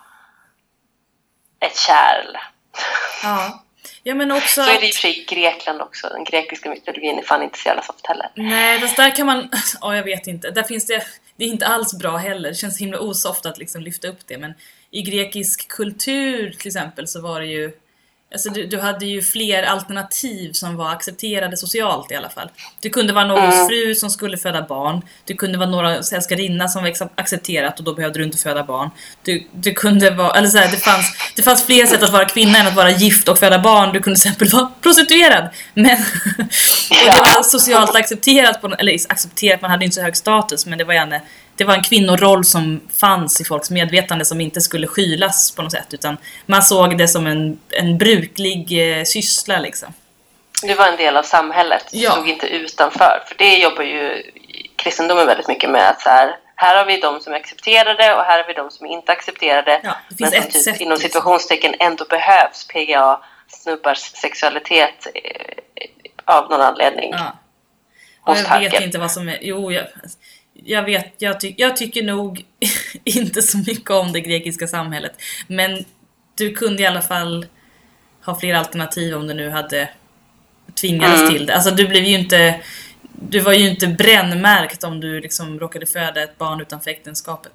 ett kärl. Ja. Ja, men också så är att... det i och för sig i Grekland också. Den grekiska mytologin är fan inte så jävla soft heller. Nej, fast där kan man... Ja, jag vet inte. Där finns det... Det är inte alls bra heller. Det känns himla osoft att liksom lyfta upp det. Men i grekisk kultur till exempel så var det ju... Alltså du, du hade ju fler alternativ som var accepterade socialt i alla fall. Du kunde vara någons mm. fru som skulle föda barn. Du kunde vara några älskarinna som var accepterat och då behövde du inte föda barn. Du, du kunde vara, eller så här, det fanns det fanns fler sätt att vara kvinna än att vara gift och föda barn. Du kunde till exempel vara prostituerad. Men och det var socialt accepterat på, eller accepterat, man hade inte så hög status, men det var gärna det var en kvinnoroll som fanns i folks medvetande som inte skulle skylas på något sätt, utan man såg det som en, en bruklig eh, syssla liksom. Det var en del av samhället, ja. Såg inte utanför. För det jobbar ju kristendomen väldigt mycket med att så här, här har vi de som är accepterade och här har vi de som inte accepterade. Ja, det finns men ett som sätt, typ, inom situationstecken ändå behövs P G A-snubbars sexualitet eh, av någon anledning. Ja. Och jag vet inte vad som är... Jo, jag... Jag vet, jag, ty- jag tycker nog inte så mycket om det grekiska samhället. Men du kunde i alla fall ha fler alternativ om du nu hade tvingats mm. till det. Alltså du blev ju inte, du var ju inte brännmärkt om du liksom råkade föda ett barn utanför äktenskapet.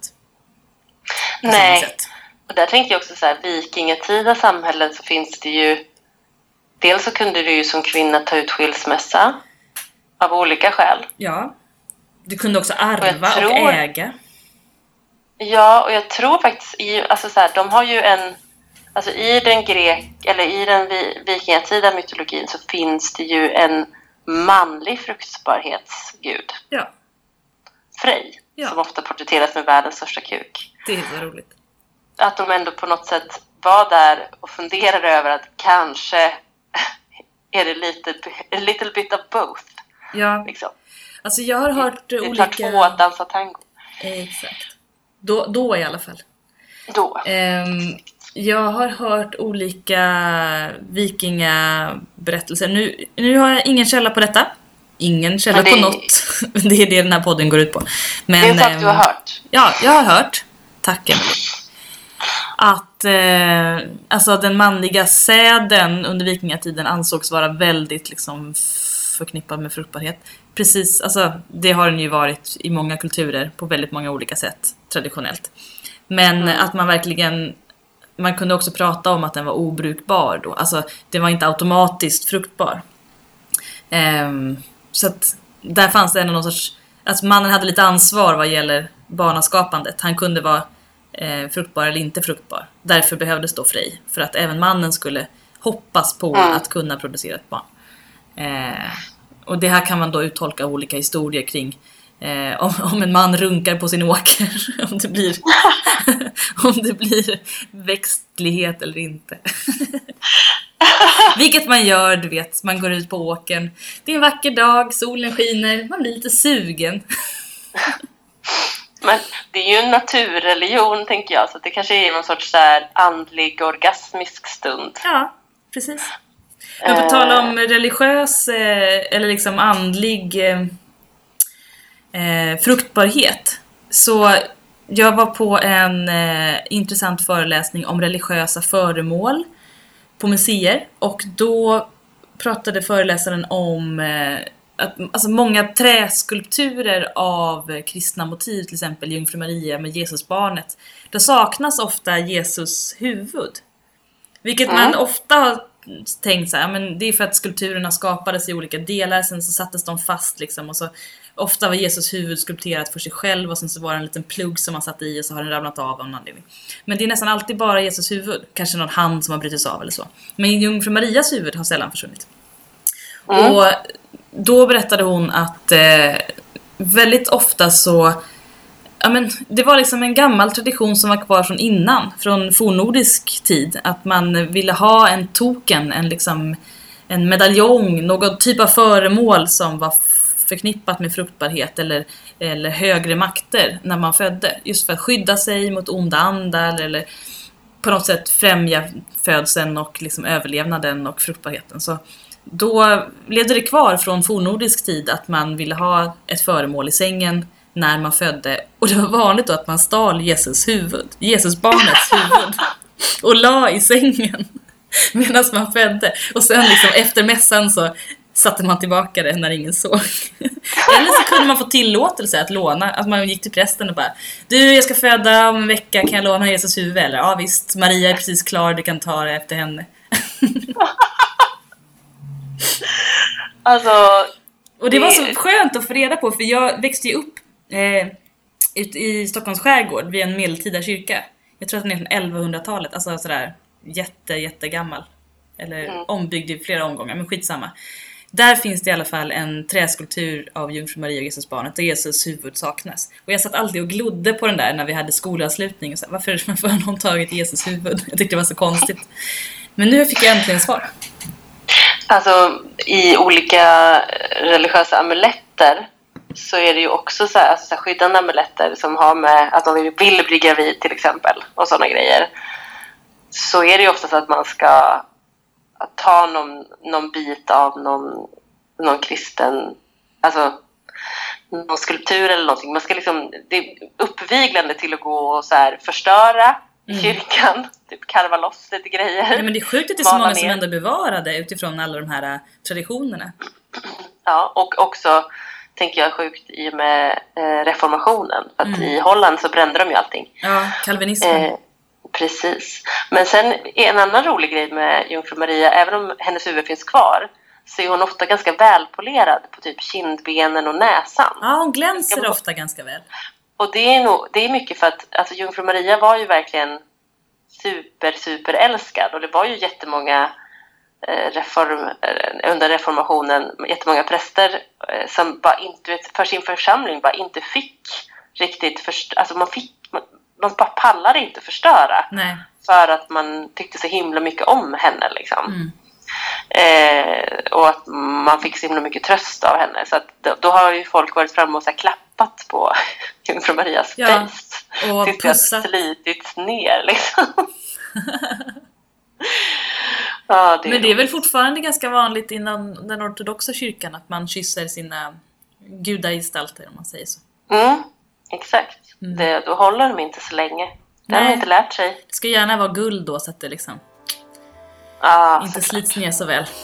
Nej, och där tänkte jag också så här, vikingatida samhällen så finns det ju, dels så kunde du ju som kvinna ta ut skilsmässa av olika skäl. Ja. Du kunde också arva och, tror, och äga. Ja, och jag tror faktiskt i, alltså så här, de har ju en, alltså i den grek eller i den vikingatida mytologin så finns det ju en manlig fruktbarhetsgud. Ja. Frej, ja. Som ofta porträtteras med världens största kuk. Det är så roligt. Att de ändå på något sätt var där och funderade över att kanske är det lite a little bit of both. Ja. Liksom. Alltså jag har hört det, olika... Det tar två att dansa tango. Exakt. Då, då i alla fall. Då. Um, jag har hört olika vikingaberättelser. Nu, nu har jag ingen källa på detta. Ingen källa det... på något. Det är det den här podden går ut på. Men, det är så att du har hört. Ja, jag har hört. Tack Emily. Att eh, alltså den manliga säden under vikingatiden ansågs vara väldigt liksom förknippad med fruktbarhet. Precis, alltså det har den ju varit i många kulturer på väldigt många olika sätt traditionellt. Men mm. att man verkligen, man kunde också prata om att den var obrukbar då. Alltså det var inte automatiskt fruktbar. Um, så att där fanns det ändå någon sorts, alltså mannen hade lite ansvar vad gäller barnaskapandet. Han kunde vara eh, fruktbar eller inte fruktbar. Därför behövdes då Frej. För att även mannen skulle hoppas på mm. att kunna producera ett barn. Eh, och det här kan man då uttolka olika historier kring eh, om, om en man runkar på sin åker, om det blir om det blir växtlighet eller inte. Vilket man gör, du vet, man går ut på åkern, det är en vacker dag, solen skiner, man blir lite sugen. Men det är ju en naturreligion, tänker jag, så det kanske är någon sorts så här andlig orgasmisk stund. Ja, precis. Men på tal om religiös eh, eller liksom andlig eh, fruktbarhet, så jag var på en eh, intressant föreläsning om religiösa föremål på museer, och då pratade föreläsaren om eh, att alltså många träskulpturer av kristna motiv, till exempel Jungfru Maria med Jesusbarnet, då saknas ofta Jesus huvud. Vilket mm. man ofta har tänkt så här, men det är för att skulpturerna skapades i olika delar, sen så sattes de fast liksom, och så ofta var Jesus huvud skulpterat för sig själv, och sen så var det en liten plugg som man satte i och så har den ramlat av av någon anledning. Men det är nästan alltid bara Jesus huvud, kanske någon hand som har brutits av eller så. Men Jungfru Marias huvud har sällan försvunnit. Mm. Och då berättade hon att eh, väldigt ofta så, ja men det var liksom en gammal tradition som var kvar från innan, från fornnordisk tid, att man ville ha en token, en liksom en medaljong, någon typ av föremål som var förknippat med fruktbarhet eller, eller högre makter när man födde, just för att skydda sig mot onda andar eller på något sätt främja födseln och liksom överlevnaden och fruktbarheten. Så då levde det kvar från fornnordisk tid att man ville ha ett föremål i sängen när man födde. Och det var vanligt då att man stal Jesus huvud, Jesusbarnets huvud, och la i sängen medan man födde. Och sen liksom efter mässan så satte man tillbaka det när ingen såg. Eller så kunde man få tillåtelse att låna. Att man gick till prästen och bara: du, jag ska föda om en vecka, kan jag låna Jesus huvud? Eller ja visst, Maria är precis klar, du kan ta det efter henne. Alltså, och det var så skönt att få reda på, för jag växte ju upp eh, ut i Stockholms skärgård vid en medeltida kyrka. Jag tror att den är från elvahundratalet, alltså sådär jätte, jättegammal. Eller mm. ombyggd i flera omgångar, men skitsamma. Där finns det i alla fall en träskulptur av Jungfru Maria och Jesusbarnet där Jesus huvud saknas. Och jag satt alltid och glodde på den där när vi hade skolavslutning och så, varför har någon tagit Jesus huvud? Jag tyckte det var så konstigt. Men nu fick jag äntligen svar. Alltså i olika religiösa amuletter så är det ju också så här, alltså så här skyddande amuletter som har med att om vi vill bli gravid till exempel och sådana grejer, så är det ju ofta så att man ska ta någon, någon bit av någon, någon kristen, alltså någon skulptur eller någonting. Man ska liksom, det är uppviglande till att gå och så här förstöra i kyrkan, mm. typ karva loss lite grejer. Ja, men det är sjukt att det är så många ner. Som ändå bevarade utifrån alla de här traditionerna. Ja, och också tänker jag sjukt i och med eh, reformationen. För att mm. i Holland så brände de ju allting. Ja, kalvinismen. Eh, precis. Men sen en annan rolig grej med Jungfru Maria, även om hennes huvud finns kvar, så är hon ofta ganska välpolerad på typ kindbenen och näsan. Ja, hon glänser ganska ofta ganska väl. Och det är, nog, det är mycket för att alltså, Jungfru Maria var ju verkligen super, super älskad. Och det var ju jättemånga eh, reform, eh, under reformationen, jättemånga präster eh, som bara inte, för sin församling bara inte fick riktigt, först, alltså man fick, man, man bara pallade inte förstöra. Nej. För att man tyckte så himla mycket om henne liksom. Mm. Eh, och att man fick så himla mycket tröst av henne. Så att då, då har ju folk varit framme och så här klappat på Jungfru Marias ja, face. och tills pussat. Det har slitits ner liksom. Ja, det men det är väl fortfarande ganska vanligt inom den ortodoxa kyrkan att man kysser sina gudagestalter, om man säger så. Mm, exakt. Mm. Det, då håller de inte så länge. Det har de inte lärt sig. Det ska gärna vara guld då, så att det liksom ah, inte slits ner så väl.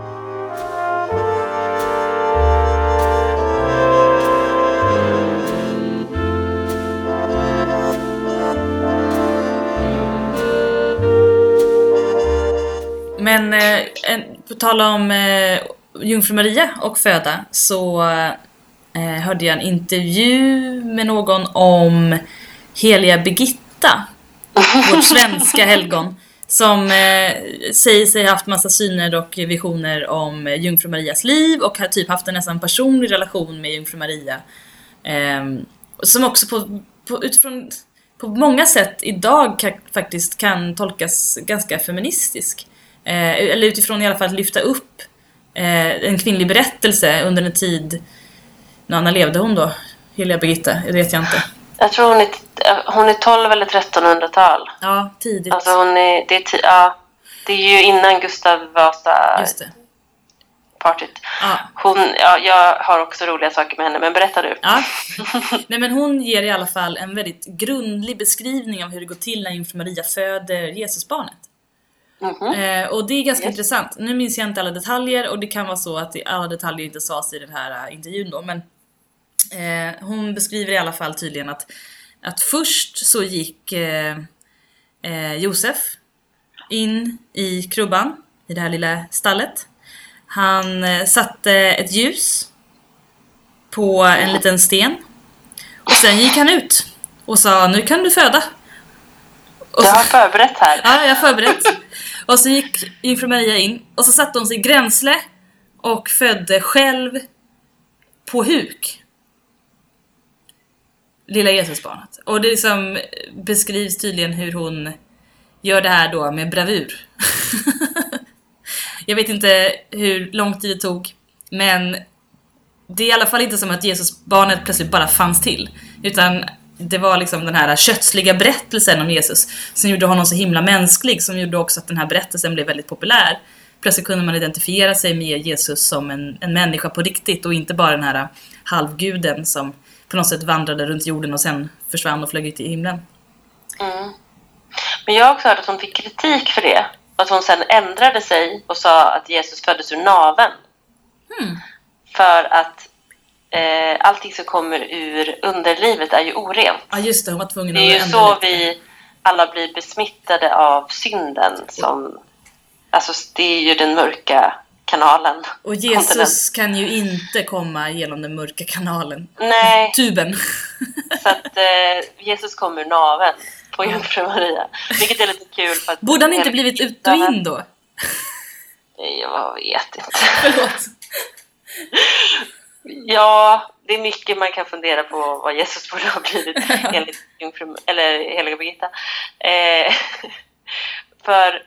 Men eh, på tal om eh, Jungfru Maria och föda, så eh, hörde jag en intervju med någon om heliga Birgitta, vårt svenska helgon, som eh, säger sig ha haft massa syner och visioner om Jungfru Marias liv och har typ haft en nästan personlig relation med Jungfru Maria. Eh, som också på, på, utifrån, på många sätt idag kan, faktiskt kan tolkas ganska feministisk. Eh, eller utifrån i alla fall att lyfta upp eh, en kvinnlig berättelse under en tid. När levde hon då? Heliga Birgitta, det vet jag inte. Jag tror hon är, hon är tolv eller trettonhundratal. Ja, tidigt. Alltså hon är, det, är t- ja, det är ju innan Gustav Vasa Just det. Partyt. Ja. Hon, ja, jag har också roliga saker med henne, men berätta du. Ja. Nej, men hon ger i alla fall en väldigt grundlig beskrivning av hur det går till när Jungfru Maria föder Jesusbarnet. Mm-hmm. Eh, och det är ganska yes. intressant. Nu minns jag inte alla detaljer, och det kan vara så att alla detaljer inte sades i den här intervjun då, men eh, hon beskriver i alla fall tydligen att, att först så gick eh, eh, Josef in i krubban i det här lilla stallet. Han eh, satte ett ljus på en liten sten, och sen gick han ut och sa: nu kan du föda. Och så, jag har förberett här. Ja, jag har förberett. Och så gick Jungfru Maria in, och så satte hon sig i gränsle och födde själv på huk lilla Jesusbarnet. Och det liksom beskrivs tydligen hur hon gör det här då med bravur. Jag vet inte hur lång tid det tog, men det är i alla fall inte som att Jesusbarnet plötsligt bara fanns till, utan det var liksom den här kötsliga berättelsen om Jesus som gjorde honom så himla mänsklig, som gjorde också att den här berättelsen blev väldigt populär. Plötsligt kunde man identifiera sig med Jesus som en, en människa på riktigt, och inte bara den här halvguden som på något sätt vandrade runt jorden och sen försvann och flög ut i himlen. Mm. Men jag har också hört att hon fick kritik för det. Att hon sen ändrade sig och sa att Jesus föddes ur naveln. Hmm. För att eh, allting som kommer ur underlivet är ju orent. Ja just det, hon var tvungen det är att ju så lite. Vi alla blir besmittade av synden. Som, alltså det är ju den mörka kanalen. Och Jesus kan ju inte komma genom den mörka kanalen. Nej. Tuben. Så att eh, Jesus kommer ur naveln på Jungfru Maria. Vilket är lite kul. För att borde han inte blivit ut och in då? Jag vet inte. Förlåt. Ja, det är mycket man kan fundera på vad Jesus borde ha blivit enligt Jungfru, eller heliga Birgitta. Eh, för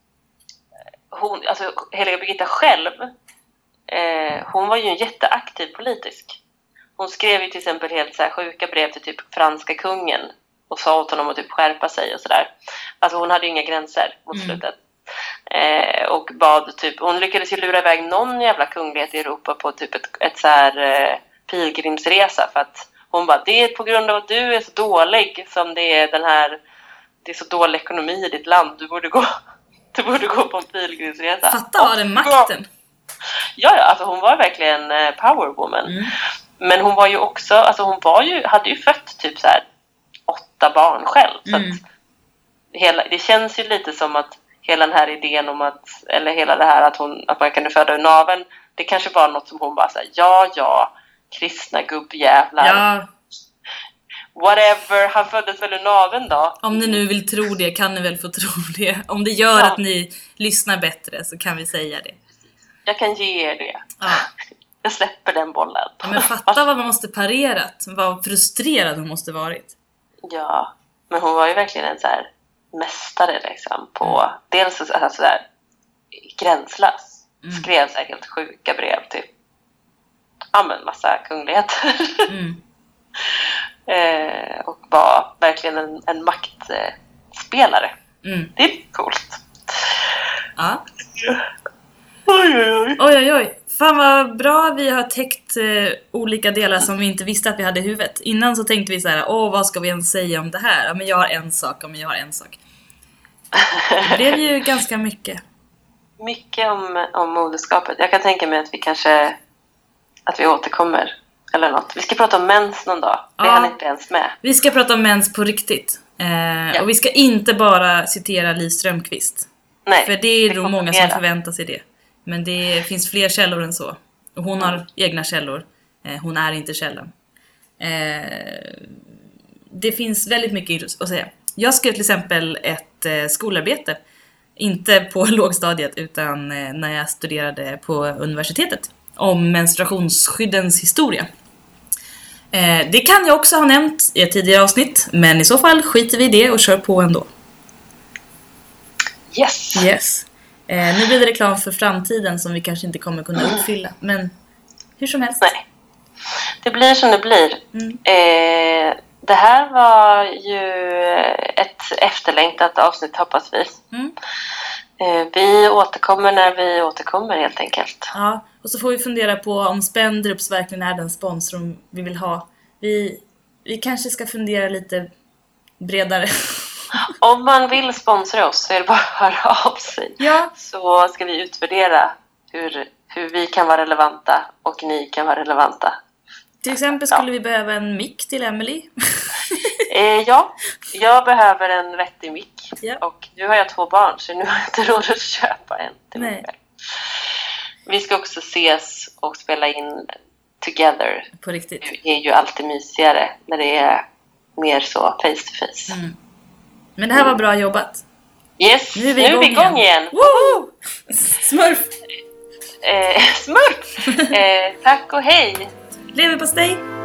hon, alltså heliga Birgitta själv, eh, hon var ju en jätteaktiv politisk. Hon skrev ju till exempel helt så här sjuka brev till typ franska kungen och sa åt honom att typ skärpa sig och sådär. Alltså hon hade ju inga gränser mot Mm. slutet. Eh, och bad typ, hon lyckades ju lura iväg någon jävla kunglighet i Europa på typ ett, ett så här eh, pilgrimsresa, för att hon bara, det är på grund av att du är så dålig som det är den här, det är så dålig ekonomi i ditt land, du borde gå du borde gå på en pilgrimsresa. Fatta vad den makten. Ja, ja, alltså hon var verkligen eh, powerwoman. Mm. Men hon var ju också, alltså hon var ju, hade ju fött typ så här åtta barn själv. Så Mm. att hela, det känns ju lite som att hela den här idén om att, eller hela det här att, hon, att man kan föda ur naveln, det kanske var något som hon bara sa, ja, ja, kristna gubbjävlar. Ja, Whatever, han föddes väl ur naveln då. om ni nu vill tro det kan ni väl få tro det. Om det gör Ja. att ni lyssnar bättre så kan vi säga det. Jag kan ge er det. Ja. Jag släpper den bollen. Ja, men fatta vad man måste parerat. Vad frustrerad hon måste varit. Ja, men hon var ju verkligen en så här mästare liksom på, Mm. dels så, alltså, så här, gränslös. Mm. Skrev så här helt sjuka brev till, ja men massa kungligheter. Mm. eh, och var verkligen en, en maktspelare. Mm. Det är coolt. Ja. Oj, oj, oj. Oj, oj, oj. Fan vad bra vi har täckt eh, olika delar som vi inte visste att vi hade i huvudet. Innan så tänkte vi så här, åh vad ska vi ens säga om det här? Ja, men jag har en sak, ja, men jag har en sak. Det blev ju ganska mycket. Mycket om, om moderskapet. Jag kan tänka mig att vi kanske, att vi återkommer. Eller något. Vi ska prata om mens någon dag. Det Ja. hann inte ens med. Vi ska prata om mens på riktigt. Eh, Ja. Och vi ska inte bara citera Liv Strömquist. Nej, För det är vi nog får många som fundera. förväntar sig det. Men det finns fler källor än så. Och hon har egna källor. Eh, hon är inte källan. Eh, det finns väldigt mycket att säga. Jag skrev till exempel ett eh, skolarbete. Inte på lågstadiet utan eh, när jag studerade på universitetet. Om menstruationsskyddens historia. Eh, det kan jag också ha nämnt i ett tidigare avsnitt. Men i så fall skiter vi i det och kör på ändå. Yes. Yes. Eh, nu blir det reklam för framtiden som vi kanske inte kommer kunna uppfylla. Men hur som helst. Nej. Det blir som det blir. Mm. Eh, det här var ju ett efterlängtat avsnitt, hoppas vi. Mm. Eh, vi återkommer när vi återkommer helt enkelt. Ja, och så får vi fundera på om Spendrups verkligen är den sponsor vi vill ha. Vi, vi kanske ska fundera lite bredare. Om man vill sponsra oss så är det bara att höra av sig. Ja. Så ska vi utvärdera hur, hur vi kan vara relevanta och ni kan vara relevanta. Till exempel skulle vi behöva en mick till Emily. Eh, ja, jag behöver en vettig mick. Ja. Och nu har jag två barn så nu har jag inte råd att köpa en till mig Nej. själv. Vi ska också ses och spela in together. På riktigt. Det är ju alltid mysigare när det är mer så face to face. Mm. Men det här var bra jobbat. Yes, Nu är vi nu är vi igång igång igen. Woho! Smurf! Eh, smurf! Eh, tack och hej! Leverpastej!